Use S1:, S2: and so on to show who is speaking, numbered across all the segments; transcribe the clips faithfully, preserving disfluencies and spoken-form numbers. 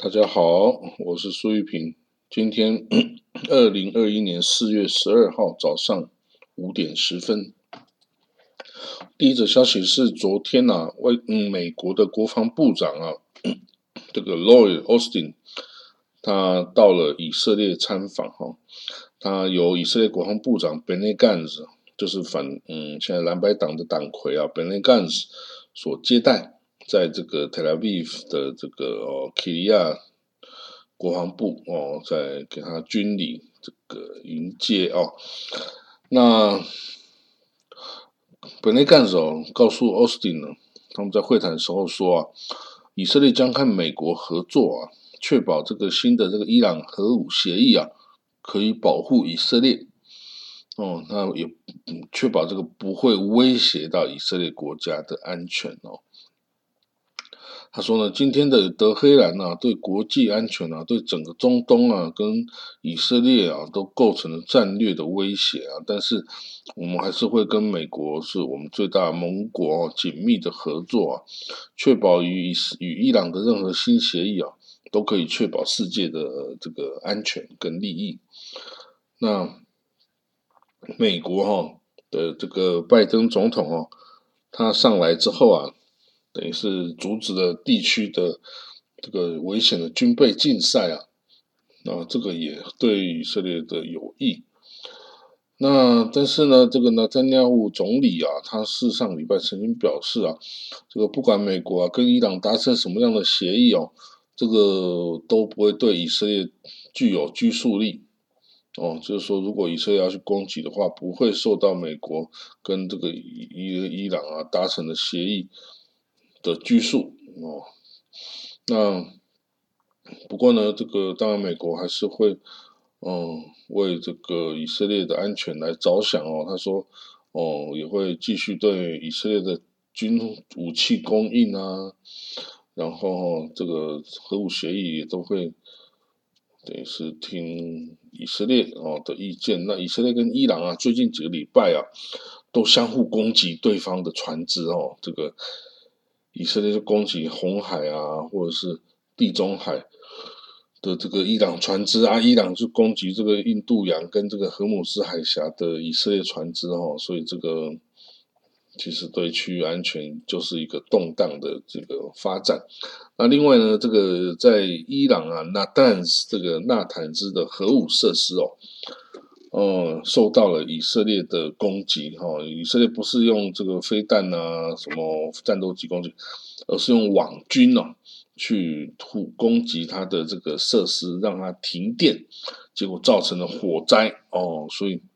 S1: 大家好，我是苏玉平。今天二零二一年四月十二号早上五点十分。第一则消息是昨天啊，外嗯美国的国防部长啊，这个 Lloyd Austin， 他到了以色列参访哈、哦，他由以色列国防部长 Benny Gantz， 就是反嗯现在蓝白党的党魁啊 Benny Gantz 所接待。在这个 Tel Aviv 的这个哦 Kiryat 国防部哦，在给他军礼这个迎接哦。那 Benny Gantz 哦告诉 Austin 呢，他们在会谈的时候说啊，以色列将和美国合作啊，确保这个新的这个伊朗核武协议啊，可以保护以色列哦，那也确保这个不会威胁到以色列国家的安全哦。他说呢，今天的德黑兰啊，对国际安全啊，对整个中东啊，跟以色列啊，都构成了战略的威胁啊。但是我们还是会跟美国是我们最大的盟国、啊、紧密的合作啊，确保与与伊朗的任何新协议啊，都可以确保世界的、呃、这个安全跟利益。那美国哈、啊、的这个拜登总统哦、啊，他上来之后啊。等于是阻止了地区的这个危险的军备竞赛啊，那这个也对以色列的有益。那但是呢，这个纳坦雅胡总理啊，他事上礼拜曾经表示啊，这个不管美国啊跟伊朗达成什么样的协议哦，这个都不会对以色列具有拘束力。哦，就是说，如果以色列要去攻击的话，不会受到美国跟这个伊伊朗啊达成的协议的拘束哦。那不过呢，这个当然美国还是会嗯为这个以色列的安全来着想哦。他说哦也会继续对以色列的军武器供应啊，然后、哦、这个核武协议也都会等于是听以色列哦的意见。那以色列跟伊朗啊，最近几个礼拜啊，都相互攻击对方的船只哦，这个。以色列就攻击红海啊，或者是地中海的这个伊朗船只啊，伊朗就攻击这个印度洋跟这个荷姆斯海峡的以色列船只哦，所以这个其实对区域安全就是一个动荡的这个发展。那另外呢，这个在伊朗啊，纳坦这个纳坦兹的核武设施哦。呃，受到了以色列的攻击哈、哦，以色列不是用这个飞弹啊，什么战斗机攻击，而是用网军哦去突攻击它的这个设施，让它停电，结果造成了火灾哦，所以，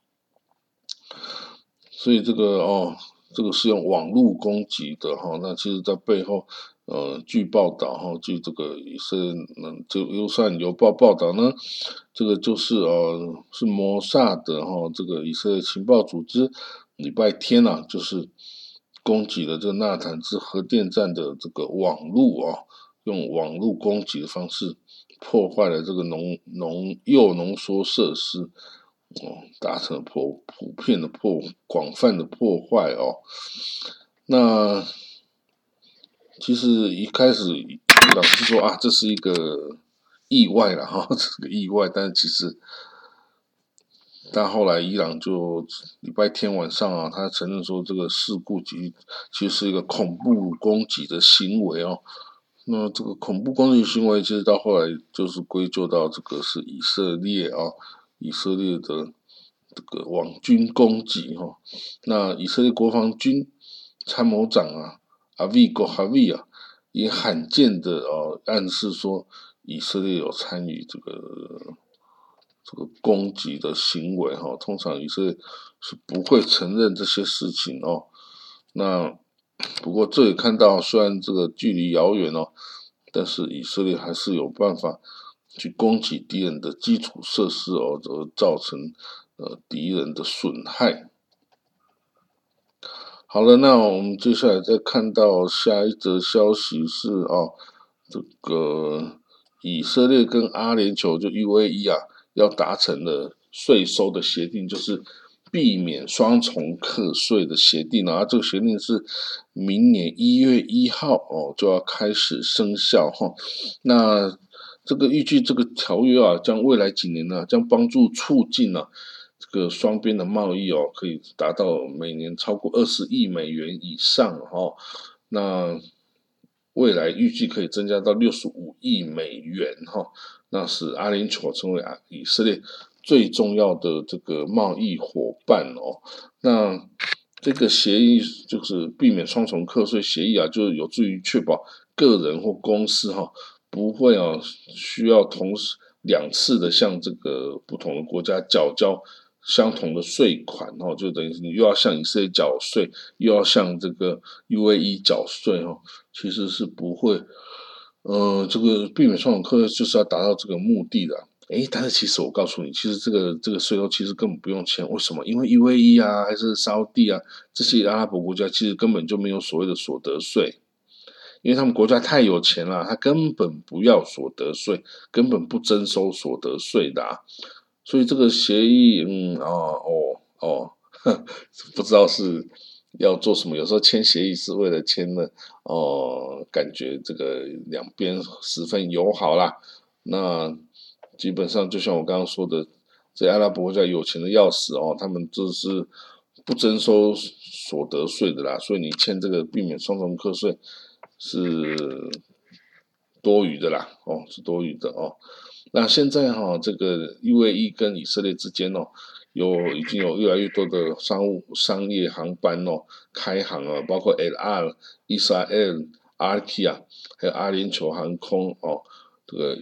S1: 所以这个哦，这个是用网络攻击的哈、哦，那其实在背后。呃，据报道哈，据这个以色列嗯，这个优善邮报报道呢，这个就是呃，是摩萨德哈，这个以色列情报组织礼拜天啊，就是攻击了这个纳坦兹核电站的这个网路啊，用网络攻击的方式破坏了这个浓浓铀浓缩设施，哦，达成了普普遍的破广泛的破坏哦，那。其实一开始老师说啊，这是一个意外了哈，这是个意外，但其实，但后来伊朗就礼拜天晚上啊，他承认说这个事故其其实是一个恐怖攻击的行为哦。那这个恐怖攻击行为，其实到后来就是归咎到这个是以色列啊，以色列的这个网军攻击哈、哦。那以色列国防军参谋长啊。阿维戈哈维啊，也罕见的哦暗示说以色列有参与这个这个攻击的行为哈、哦，通常以色列是不会承认这些事情哦。那不过这里看到，虽然这个距离遥远哦，但是以色列还是有办法去攻击敌人的基础设施哦，而造成呃敌人的损害。好了，那我们接下来再看到下一则消息是哦，这个以色列跟阿联酋就 U A E 啊，要达成了税收的协定，就是避免双重课税的协定啊。这个协定是明年一月一号哦就要开始生效哈、哦。那这个预计这个条约啊，将未来几年呢、啊，将帮助促进呢、啊、这个双边的贸易哦，可以达到每年超过二十亿美元以上哦。那未来预计可以增加到六十五亿美元哈、哦，那使阿联酋成为啊以色列最重要的这个贸易伙伴哦。那这个协议就是避免双重课税协议啊，就有助于确保个人或公司哈、哦、不会啊需要同时两次的向这个不同的国家缴交相同的税款哦，就等于你又要向以色列缴税，又要向这个 U A E 缴税哦，其实是不会，呃，这个避免双重课税就是要达到这个目的的。诶，但是其实我告诉你，其实这个这个税收其实根本不用钱，为什么？因为 U A E 啊，还是沙烏地啊这些阿拉伯国家，其实根本就没有所谓的所得税，因为他们国家太有钱了，他根本不要所得税，根本不征收所得税的啊。所以这个协议，嗯，哦哦哦，呵不知道是要做什么。有时候签协议是为了签了，哦，感觉这个两边十分友好啦。那基本上就像我刚刚说的，这阿拉伯国家有钱的要死哦，他们就是不征收所得税的啦，所以你签这个避免双重课税是多余的啦，哦，是多余的哦。那现在哈、哦，这个 U A E 跟以色列之间哦，有已经有越来越多的商务商业航班哦开航了，包括 L R、Israel、Arkia 还有阿联酋航空哦，这个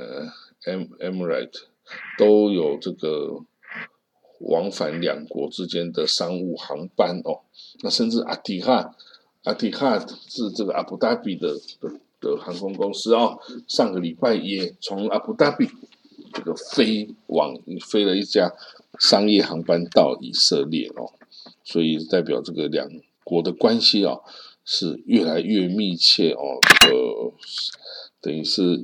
S1: M Emirate 都有这个往返两国之间的商务航班哦。那甚至阿提哈，阿提哈是这个阿布达比的的的航空公司哦，上个礼拜也从阿布达比这个飞往飞了一架商业航班到以色列哦，所以代表这个两国的关系哦是越来越密切哦，这个等于是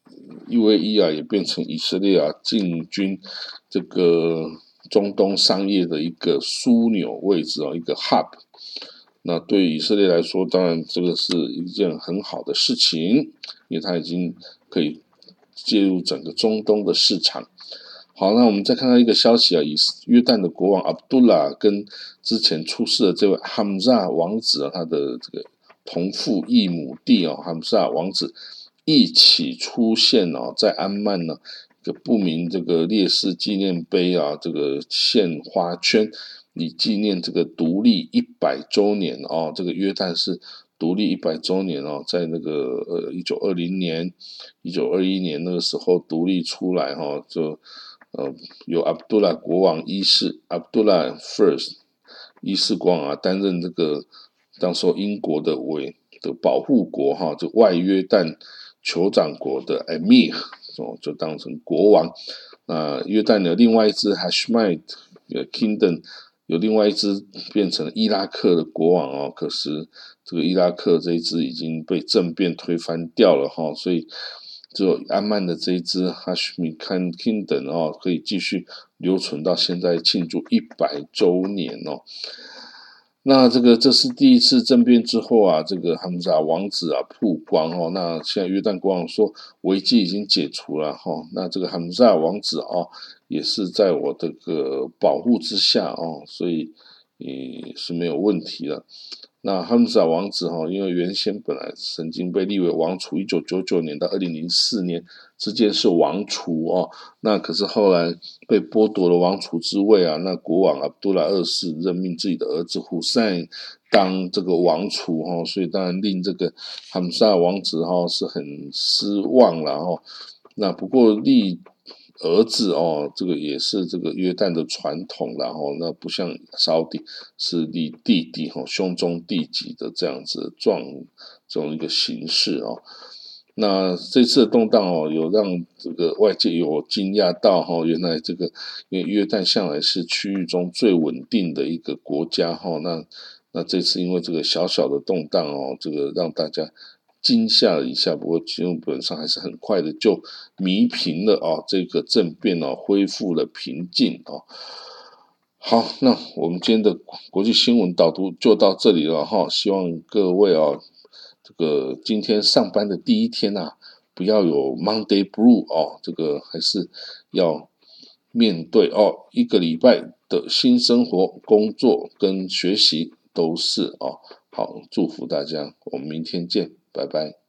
S1: U A E 啊也变成以色列啊进军这个中东商业的一个枢纽位置哦，一个 hub。那对以色列来说，当然这个是一件很好的事情，因为它已经可以介入整个中东的市场。好，那我们再看到一个消息啊，以约旦的国王阿卜杜拉跟之前出事的这位哈姆扎王子啊，他的这个同父异母弟哦，哈姆扎王子一起出现哦，在安曼呢一个不明这个烈士纪念碑啊，这个献花圈。以纪念这个独立一百周年哦，这个约旦是独立一百周年哦，在那个呃一九二零年、一九二一年那个时候独立出来哈、哦，就呃由阿卜杜拉国王一世阿卜杜拉 First 一世国王啊担任这个当时英国的为的保护国哈、哦，就外约旦酋长国的 Emir 哦，就当成国王。那约旦的另外一支 Hashemite Kingdom。有另外一支变成伊拉克的国王哦，可是这个伊拉克这一支已经被政变推翻掉了哈、哦，所以只有安曼的这一支哈什米坎 Kingdom 哦，可以继续留存到现在庆祝一百周年哦。那这个这是第一次政变之后啊，这个哈姆扎王子啊曝光哦，那现在约旦国王说危机已经解除了哈、哦，那这个哈姆扎王子哦也是在我这个保护之下哦，所以也是没有问题的。那哈姆扎王子哈、哦，因为原先本来曾经被立为王储，一九九九年到二零零四年之间是王储哦，那可是后来被剥夺了王储之位啊，那国王阿卜杜拉二世任命自己的儿子胡塞当这个王储哈、哦，所以当然令这个哈姆扎王子哈、哦、是很失望了哈、哦。那不过立儿子哦，这个也是这个约旦的传统啦哦，那不像沙烏地是立弟弟哦，兄终弟及的这样子的状这种一个形式哦。那这次的动荡哦，有让这个外界有惊讶到哈、哦，原来这个因为约旦向来是区域中最稳定的一个国家哈、哦，那那这次因为这个小小的动荡哦，这个让大家惊吓了一下，不过基本上还是很快的就弭平了哦，这个政变哦恢复了平静哦。好，那我们今天的国际新闻导读就到这里了哈、哦，希望各位哦，这个今天上班的第一天啊， 不要有 Monday Blue 哦，这个还是要面对哦，一个礼拜的新生活、工作跟学习都是哦。好，祝福大家，我们明天见，拜拜。